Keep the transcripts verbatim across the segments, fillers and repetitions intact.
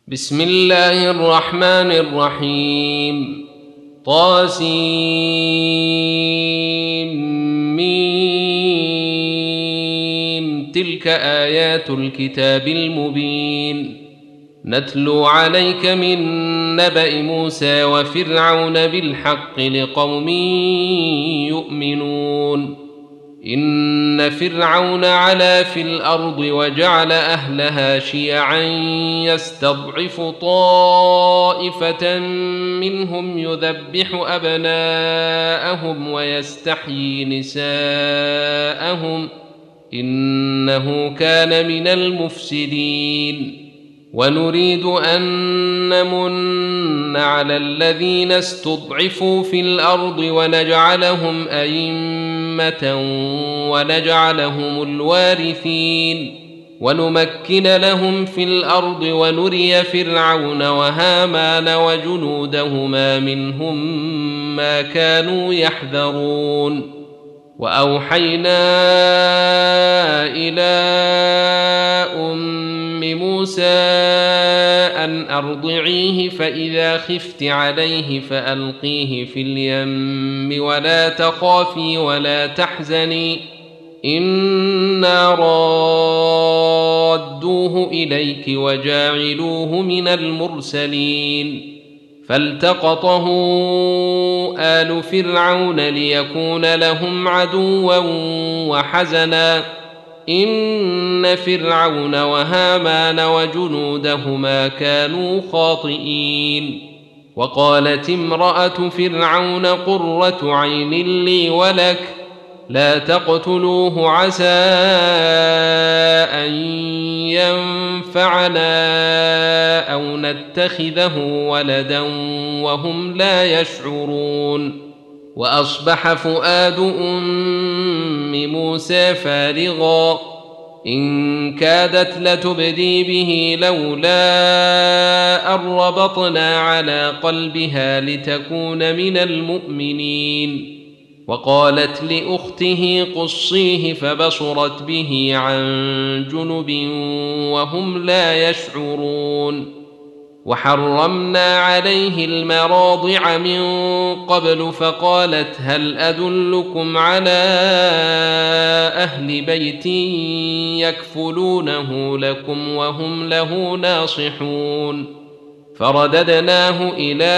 بسم الله الرحمن الرحيم. طاسيم. تلك آيات الكتاب المبين. نتلو عليك من نبأ موسى وفرعون بالحق لقوم يؤمنون. إن فرعون علا في الأرض وجعل أهلها شيعا يستضعف طائفة منهم يذبح أبناءهم ويستحيي نساءهم إنه كان من المفسدين. ونريد أن نمن على الذين استضعفوا في الأرض ونجعلهم أئمة ونجعلهم الوارثين ونمكن لهم في الأرض ونري فرعون وهامان وجنودهما منهم ما كانوا يحذرون. وأوحينا إلى أم موسى أن أرضعيه فإذا خفت عليه فألقيه في اليم ولا تخافي ولا تحزني إنا رادوه إليك وجاعلوه من المرسلين. فالتقطه آل فرعون ليكون لهم عدوا وحزنا إن فرعون وهامان وجنودهما كانوا خاطئين. وقالت امرأة فرعون قرة عين لي ولك لا تقتلوه عسى أن ينفعنا أو نتخذه ولدا وهم لا يشعرون. وأصبح فؤاد أم موسى فارغا إن كادت لتبدي به لولا أن ربطنا على قلبها لتكون من المؤمنين. وقالت لأخته قصيه فبصرت به عن جنب وهم لا يشعرون. وحرمنا عليه المراضع من قبل فقالت هل أدلكم على أهل بيت يكفلونه لكم وهم له ناصحون. فرددناه إلى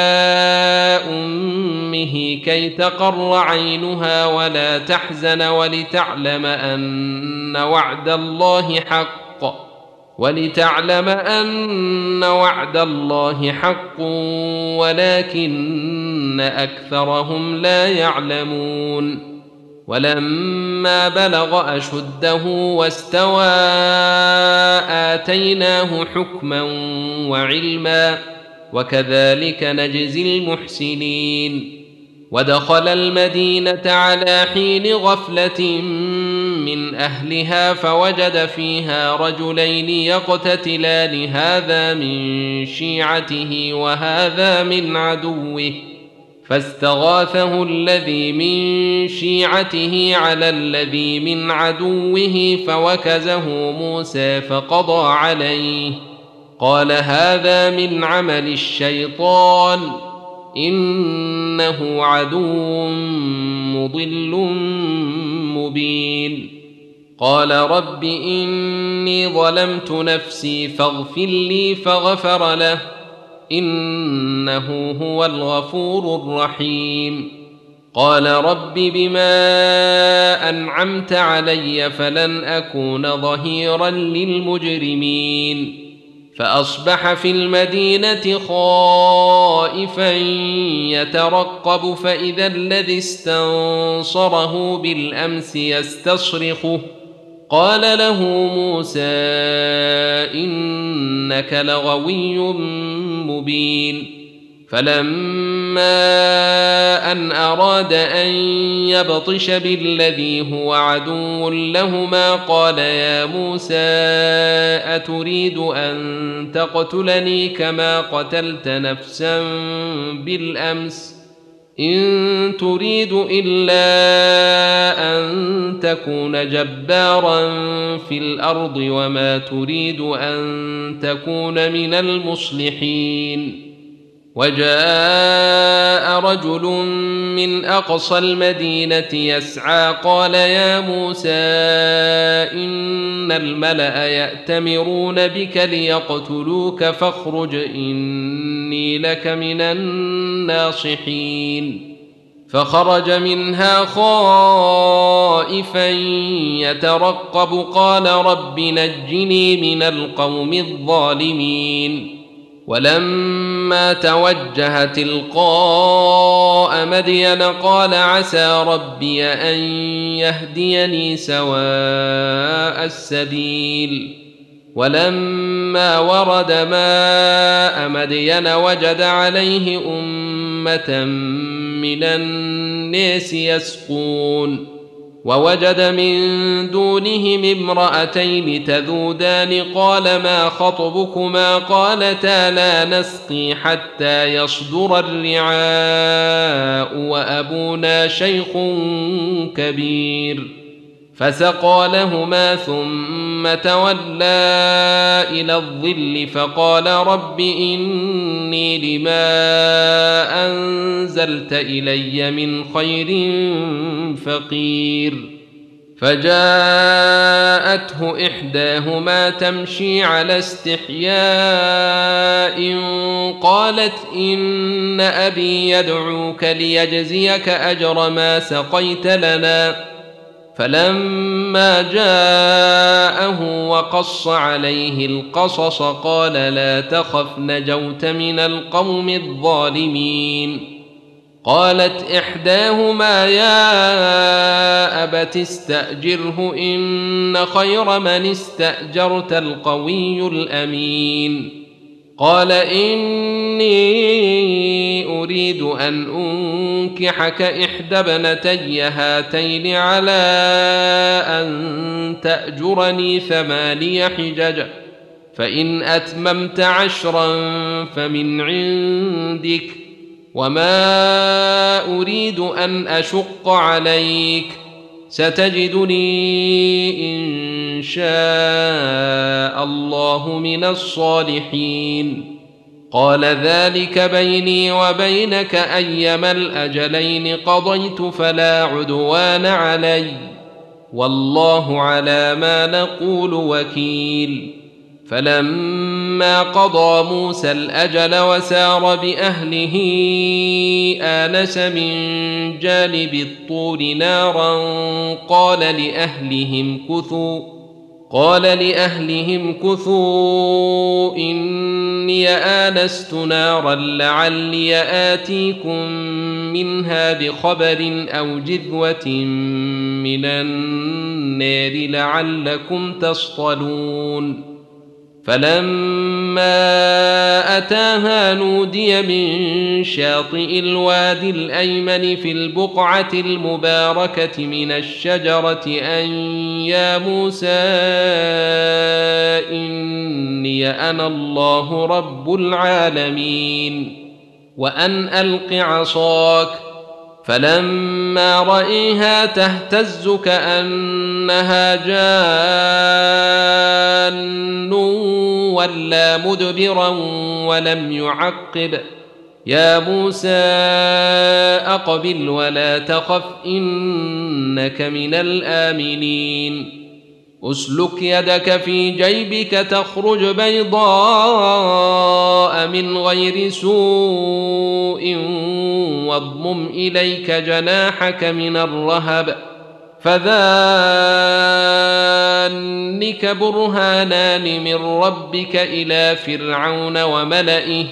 أمه كي تقر عينها ولا تحزن ولتعلم أن وعد الله حق ولتعلم أن وعد الله حق ولكن أكثرهم لا يعلمون. ولما بلغ أشده واستوى آتيناه حكما وعلما وكذلك نجزي المحسنين. ودخل المدينة على حين غفلة من أهلها فوجد فيها رجلين يقتتلان هذا من شيعته وهذا من عدوه فاستغاثه الذي من شيعته على الذي من عدوه فوكزه موسى فقضى عليه قال هذا من عمل الشيطان إنه عدو مضل مبين. قال رب إني ظلمت نفسي فاغفر لي فغفر له إنه هو الغفور الرحيم. قال رب بما أنعمت علي فلن أكون ظهيرا للمجرمين. فأصبح في المدينة خائفا يترقب فإذا الذي استنصره بالأمس يستصرخه قال له موسى إنك لغوي مبين. فلما أن أراد أن يبطش بالذي هو عدو لهما قال يا موسى أتريد أن تقتلني كما قتلت نفسا بالأمس إن تريد إلا أن تكون جبارا في الأرض وما تريد أن تكون من المصلحين. وجاء رجل من أقصى المدينة يسعى قال يا موسى إن الملأ يأتمرون بك ليقتلوك فاخرج إني لك من الناصحين. فخرج منها خائفا يترقب قال رب نجني من القوم الظالمين. ولما توجه تلقاء مدين قال عسى ربي أن يهديني سواء السبيل. ولما ورد ماء مدين وجد عليه أمة من الناس يسقون ووجد من دونهم امرأتين تذودان قال ما خطبكما قالتا لا نسقي حتى يصدر الرعاء وأبونا شيخ كبير. فسقى لهما ثم تولى إلى الظل فقال رب إني لما أنزلت إلي من خير فقير. فجاءته إحداهما تمشي على استحياء قالت إن أبي يدعوك ليجزيك أجر ما سقيت لنا. فلما جاءه وقص عليه القصص قال لا تخف نجوت من القوم الظالمين. قالت إحداهما يا أبت استأجره إن خير من استأجرت القوي الأمين. قال إني أريد أن أنكحك إحدى ابنتي هاتين على أن تأجرني ثماني حجج فإن أتممت عشرا فمن عندك وما أريد أن أشق عليك ستجدني إن شاء الله من الصالحين. قال ذلك بيني وبينك أيما الأجلين قضيت فلا عدوان علي والله على ما نقول وكيل. فلما قضى موسى الأجل وسار بأهله آنس من جانب الطور نارا قال لأهلهم كثوا قال لأهلهم كثوا إني آنست نارا لعلي آتيكم منها بخبر أو جذوة من النار لعلكم تصطلون. فلما أتاها نودي من شاطئ الوادي الأيمن في البقعة المباركة من الشجرة أن يا موسى إني أنا الله رب العالمين وأن ألق عصاك. فلما رأيها تهتز كأنها جان ولا مدبرا ولم يعقب. يا موسى أقبل ولا تخف إنك من الآمنين. أسلك يدك في جيبك تخرج بيضاء من غير سوء واضمم إليك جناحك من الرهب فذلك برهانان من ربك إلى فرعون وملئه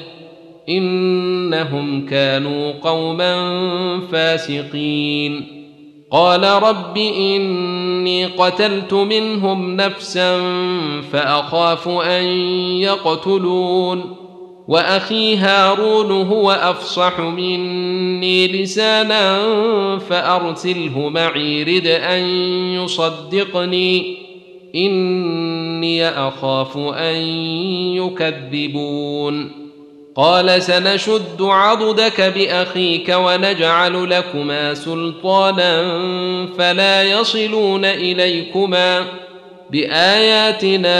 إنهم كانوا قوما فاسقين. قال رب إني قتلت منهم نفسا فأخاف أن يقتلون وأخي هارون هو أفصح مني لسانا فأرسله معي رد أن يصدقني إني أخاف أن يكذبون. قال سنشد عضدك بأخيك ونجعل لكما سلطانا فلا يصلون إليكما بآياتنا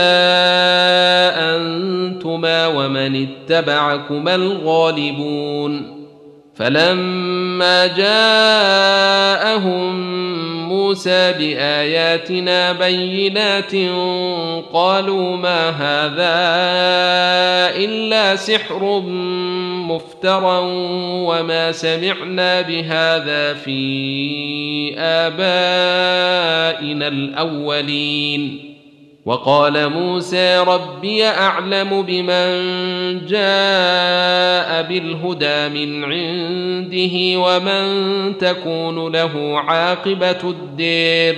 أنتما ومن اتبعكما الغالبون. فلما جاءهم موسى بآياتنا بينات قالوا ما هذا إلا سحر مفترى وما سمعنا بهذا في آبائنا الأولين. وقال موسى ربي أعلم بمن جاء بالهدى من عنده ومن تكون له عاقبة الدير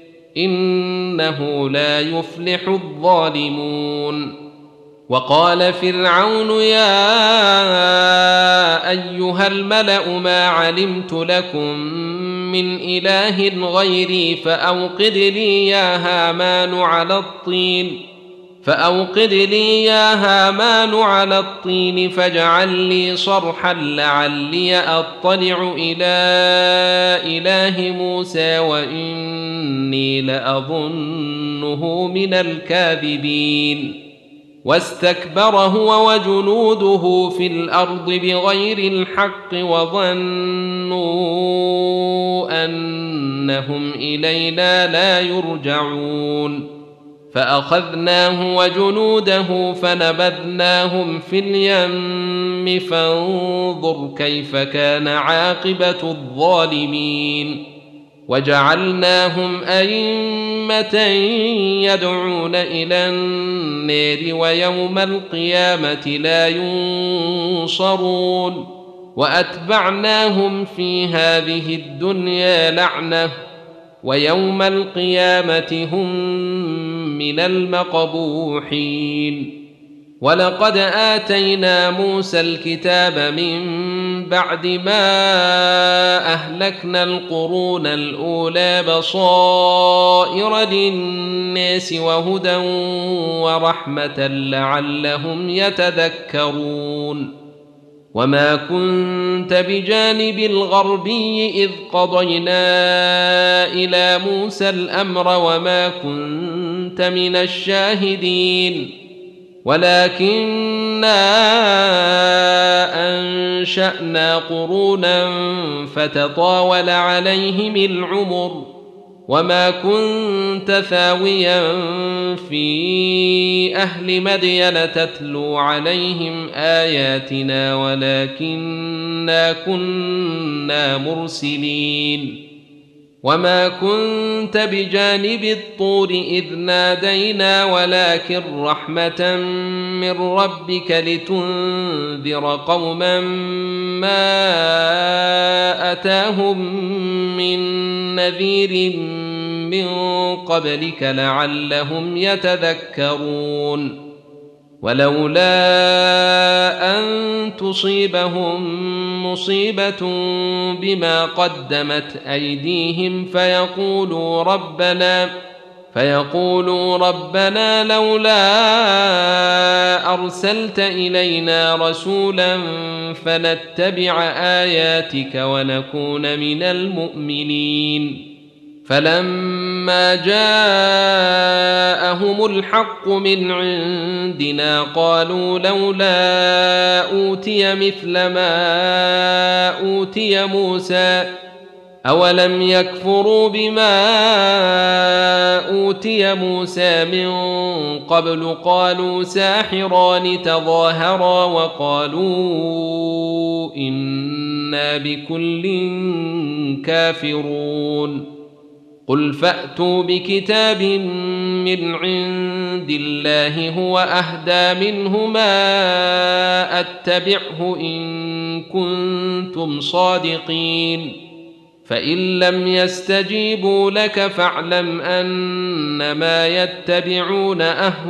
إنه لا يفلح الظالمون. وقال فرعون يا أيها الملأ ما علمت لكم من إله غيري فأوقد لي يا هامان على الطين فأوقد لي يا هامان على الطين فاجعل لي صرحا لعلي أطلع إلى إله موسى وإني لأظنه من الكاذبين. واستكبر هو وجنوده في الأرض بغير الحق وظنوا أنهم إلينا لا يرجعون. فأخذناه وجنوده فنبذناهم في اليم فانظر كيف كان عاقبة الظالمين. وجعلناهم أئمة يدعون إلى النار ويوم القيامة لا ينصرون. وأتبعناهم في هذه الدنيا لعنة ويوم القيامة هم من المقبوحين. ولقد آتينا موسى الكتاب من بعد ما أهلكنا القرون الأولى بصائر للناس وهدى ورحمة لعلهم يتذكرون. وما كنت بجانب الغربي إذ قضينا إلى موسى الأمر وما كنت من الشاهدين ولكننا أنشأنا قرونا فتطاول عليهم العمر وما كنت ثاويا في أهل مدين تتلو عليهم آياتنا ولكننا كنا مرسلين. وما كنت بجانب الطور إذ نادينا ولكن رحمة من ربك لتنذر قوما ما أتاهم من نذير من قبلك لعلهم يتذكرون. ولولا أن تصيبهم مصيبة بما قدمت أيديهم فيقولوا ربنا فيقولوا ربنا لولا أرسلت إلينا رسولا فنتبع آياتك ونكون من المؤمنين. فلما جاءهم الحق من عندنا قالوا لولا أوتي مثل ما أوتي موسى أولم يكفروا بما أوتي موسى من قبل قالوا ساحران تظاهرا وقالوا إنا بكل كافرون. قل فأتوا بكتاب من عند الله هو أهدى منهما أتبعه إن كنتم صادقين. فإن لم يستجيبوا لك فاعلم أنما يتبعون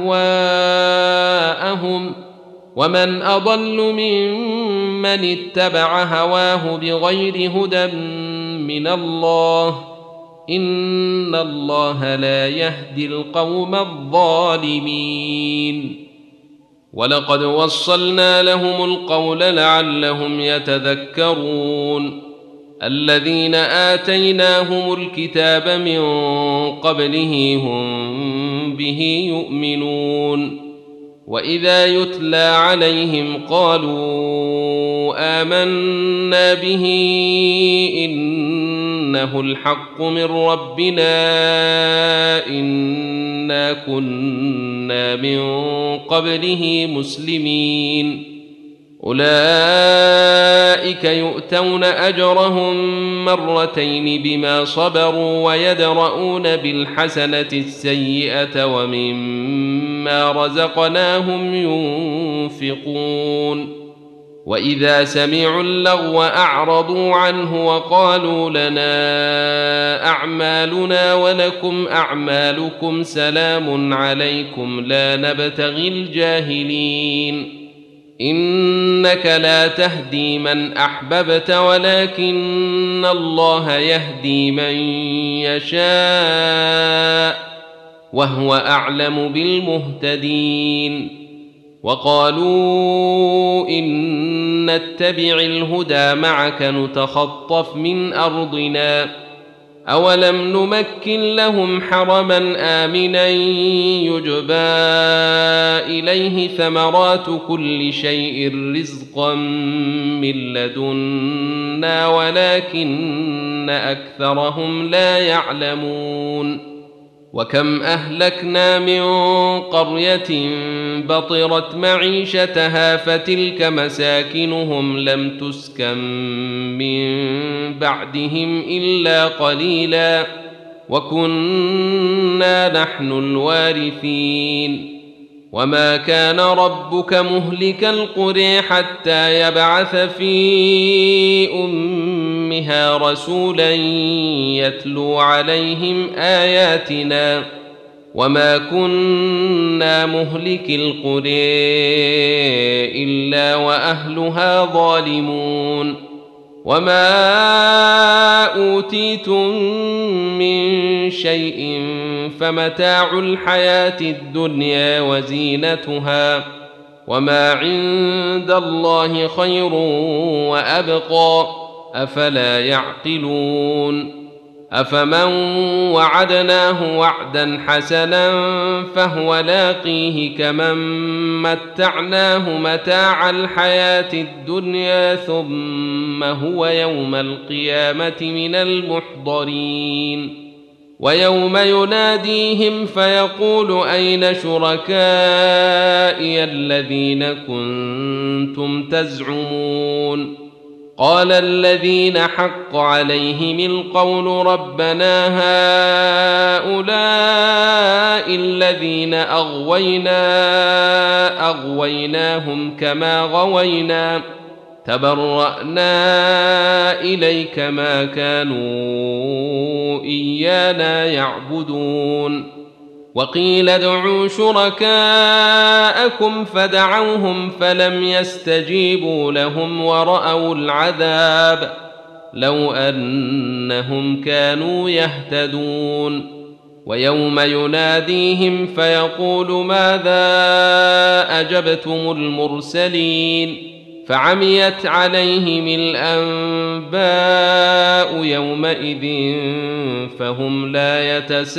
أهواءهم ومن أضل ممن اتبع هواه بغير هدى من الله إن الله لا يهدي القوم الظالمين. ولقد وصلنا لهم القول لعلهم يتذكرون الذين آتيناهم الكتاب من قبله هم به يؤمنون وإذا يتلى عليهم قالوا آمنا به إنه الحق من ربنا إنا كنا من قبله مسلمين أولئك يؤتون أجرهم مرتين بما صبروا ويدرؤون بالحسنة السيئة ومما رزقناهم ينفقون وإذا سمعوا اللغو أعرضوا عنه وقالوا لنا أعمالنا ولكم أعمالكم سلام عليكم لا نبتغي الجاهلين إنك لا تهدي من أحببت ولكن الله يهدي من يشاء وهو أعلم بالمهتدين وقالوا إن نتبع الهدى معك نتخطف من أرضنا أولم نمكن لهم حرما آمنا يجبى إليه ثمرات كل شيء رزقا من لدنا ولكن أكثرهم لا يعلمون وكم أهلكنا من قرية بطرت معيشتها فتلك مساكنهم لم تسكن من بعدهم إلا قليلا وكنا نحن الوارثين وما كان ربك مهلك القرى حتى يبعث في أمها رسولا يتلو عليهم آياتنا وما كنا مهلك القرى إلا وأهلها ظالمون وما أوتيتم من شيء فمتاع الحياة الدنيا وزينتها وما عند الله خير وأبقى أفلا يعقلون أفمن وعدناه وعدا حسنا فهو لاقيه كمن متعناه متاع الحياة الدنيا ثم هو يوم القيامة من المحضرين ويوم يناديهم فيقول أين شركائي الذين كنتم تزعمون قال الذين حق عليهم القول ربنا هؤلاء الذين أغوينا أغويناهم كما غوينا تبرأنا إليك ما كانوا إيانا يعبدون وقيل ادعوا شركاءكم فدعوهم فلم يستجيبوا لهم ورأوا العذاب لو أنهم كانوا يهتدون ويوم يناديهم فيقول ماذا أجبتم المرسلين فعميت عليهم الأنباء يومئذ فهم لا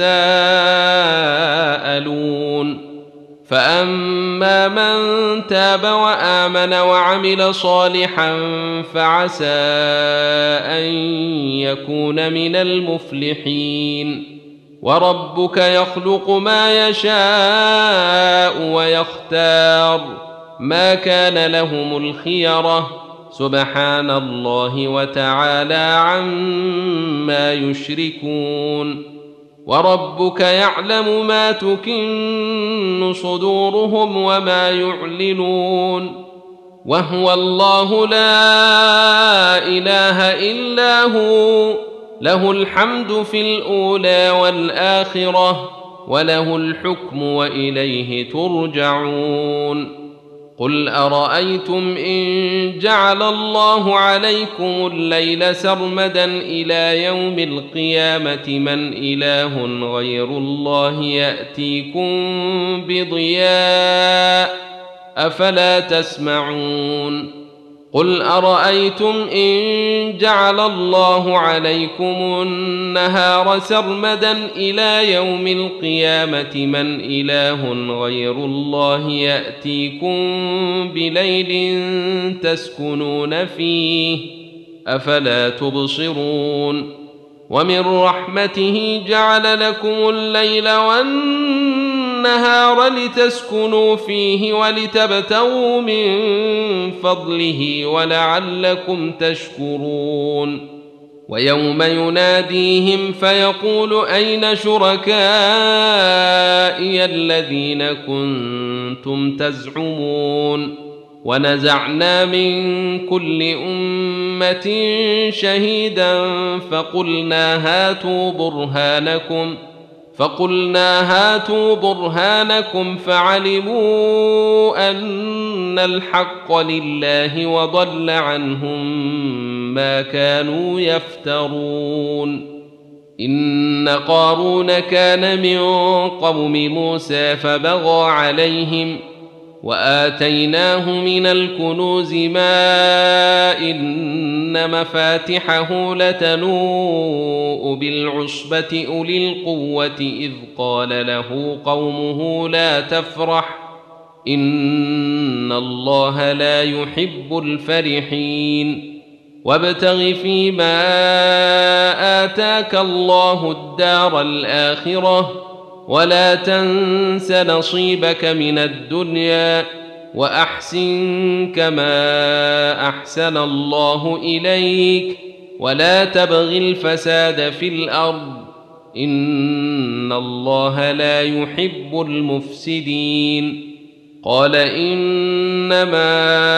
يتساءلون فأما من تاب وآمن وعمل صالحا فعسى أن يكون من المفلحين وربك يخلق ما يشاء ويختار ما كان لهم الخيرة سبحان الله وتعالى عما يشركون وربك يعلم ما تكن صدورهم وما يعلنون وهو الله لا إله إلا هو له الحمد في الأولى والآخرة وله الحكم وإليه ترجعون قل أرأيتم إن جعل الله عليكم الليل سرمدا إلى يوم القيامة من إله غير الله يأتيكم بضياء أفلا تسمعون قل أرأيتم إن جعل الله عليكم النهار سرمدا إلى يوم القيامة من إله غير الله يأتيكم بليل تسكنون فيه أفلا تبصرون ومن رحمته جعل لكم الليل والنهار لتسكنوا فيه ولتبتغوا من فضله ولعلكم تشكرون ويوم يناديهم فيقول أين شركائي الذين كنتم تزعمون ونزعنا من كل أمة شهيدا فقلنا هاتوا برهانكم فقلنا هاتوا برهانكم فعلموا أن الحق لله وضل عنهم ما كانوا يفترون إن قارون كان من قوم موسى فبغى عليهم وآتيناه من الكنوز ما إن مفاتحه لتنوء بالعصبة أولي القوة إذ قال له قومه لا تفرح إن الله لا يحب الفرحين وابتغ فيما آتاك الله الدار الآخرة ولا تنس نصيبك من الدنيا وأحسن كما أحسن الله إليك ولا تبغ الفساد في الأرض إن الله لا يحب المفسدين قال إنما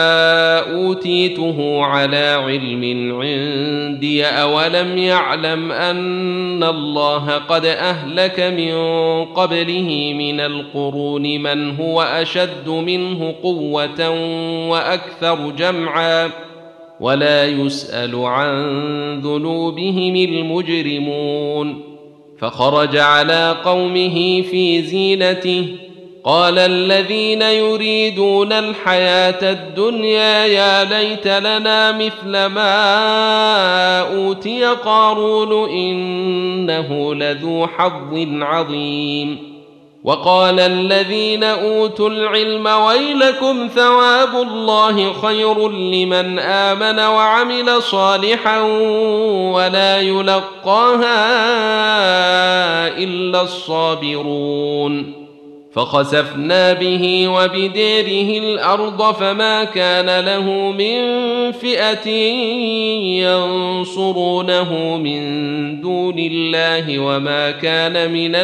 أوتيته على علم عندي أولم يعلم أن الله قد أهلك من قبله من القرون من هو أشد منه قوة وأكثر جمعا ولا يسأل عن ذنوبهم المجرمون فخرج على قومه في زينته قال الذين يريدون الحياة الدنيا يا ليت لنا مثل ما أوتي قارون إنه لذو حظ عظيم وقال الذين أوتوا العلم ويلكم ثواب الله خير لمن آمن وعمل صالحا ولا يلقاها إلا الصابرون فخسفنا به وبداره الأرض فما كان له من فئة ينصرونه من دون الله وما كان من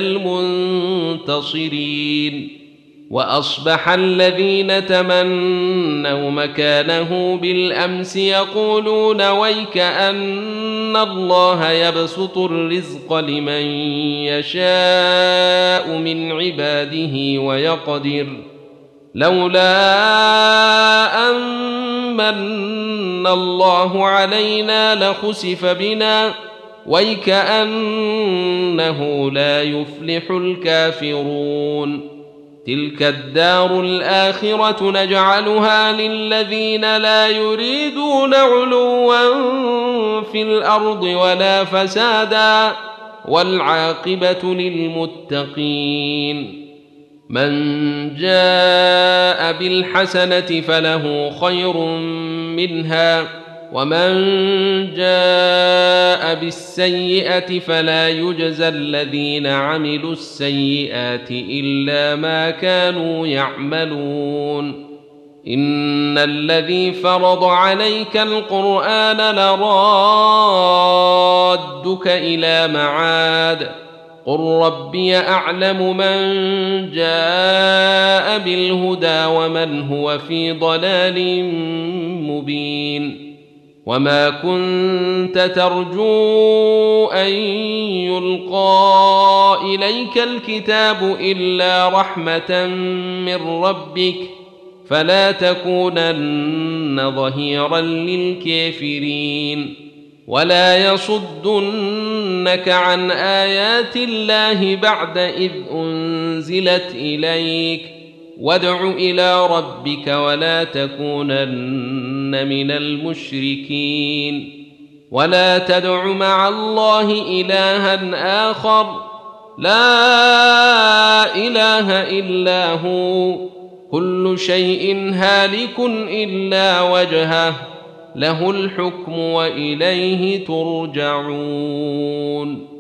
المنتصرين وأصبح الذين تمنوا مكانه بالأمس يقولون ويك أن الله يبسط الرزق لمن يشاء من عباده ويقدر لولا أن من الله علينا لخسف بنا ويك أنه لا يفلح الكافرون تلك الدار الآخرة نجعلها للذين لا يريدون علوا في الأرض ولا فسادا والعاقبة للمتقين من جاء بالحسنة فله خير منها ومن جاء بالسيئة فلا يجزى الذين عملوا السيئات إلا ما كانوا يعملون إن الذي فرض عليك القرآن لرادك إلى معاد قل ربي أعلم من جاء بالهدى ومن هو في ضلال مبين وما كنت ترجو أن يلقى إليك الكتاب إلا رحمة من ربك فلا تكونن ظهيرا للكافرين ولا يصدنك عن آيات الله بعد إذ أنزلت إليك وادع إلى ربك ولا تكونن من المشركين ولا تدع مع الله إلها آخر لا إله إلا هو كل شيء هالك إلا وجهه له الحكم وإليه ترجعون.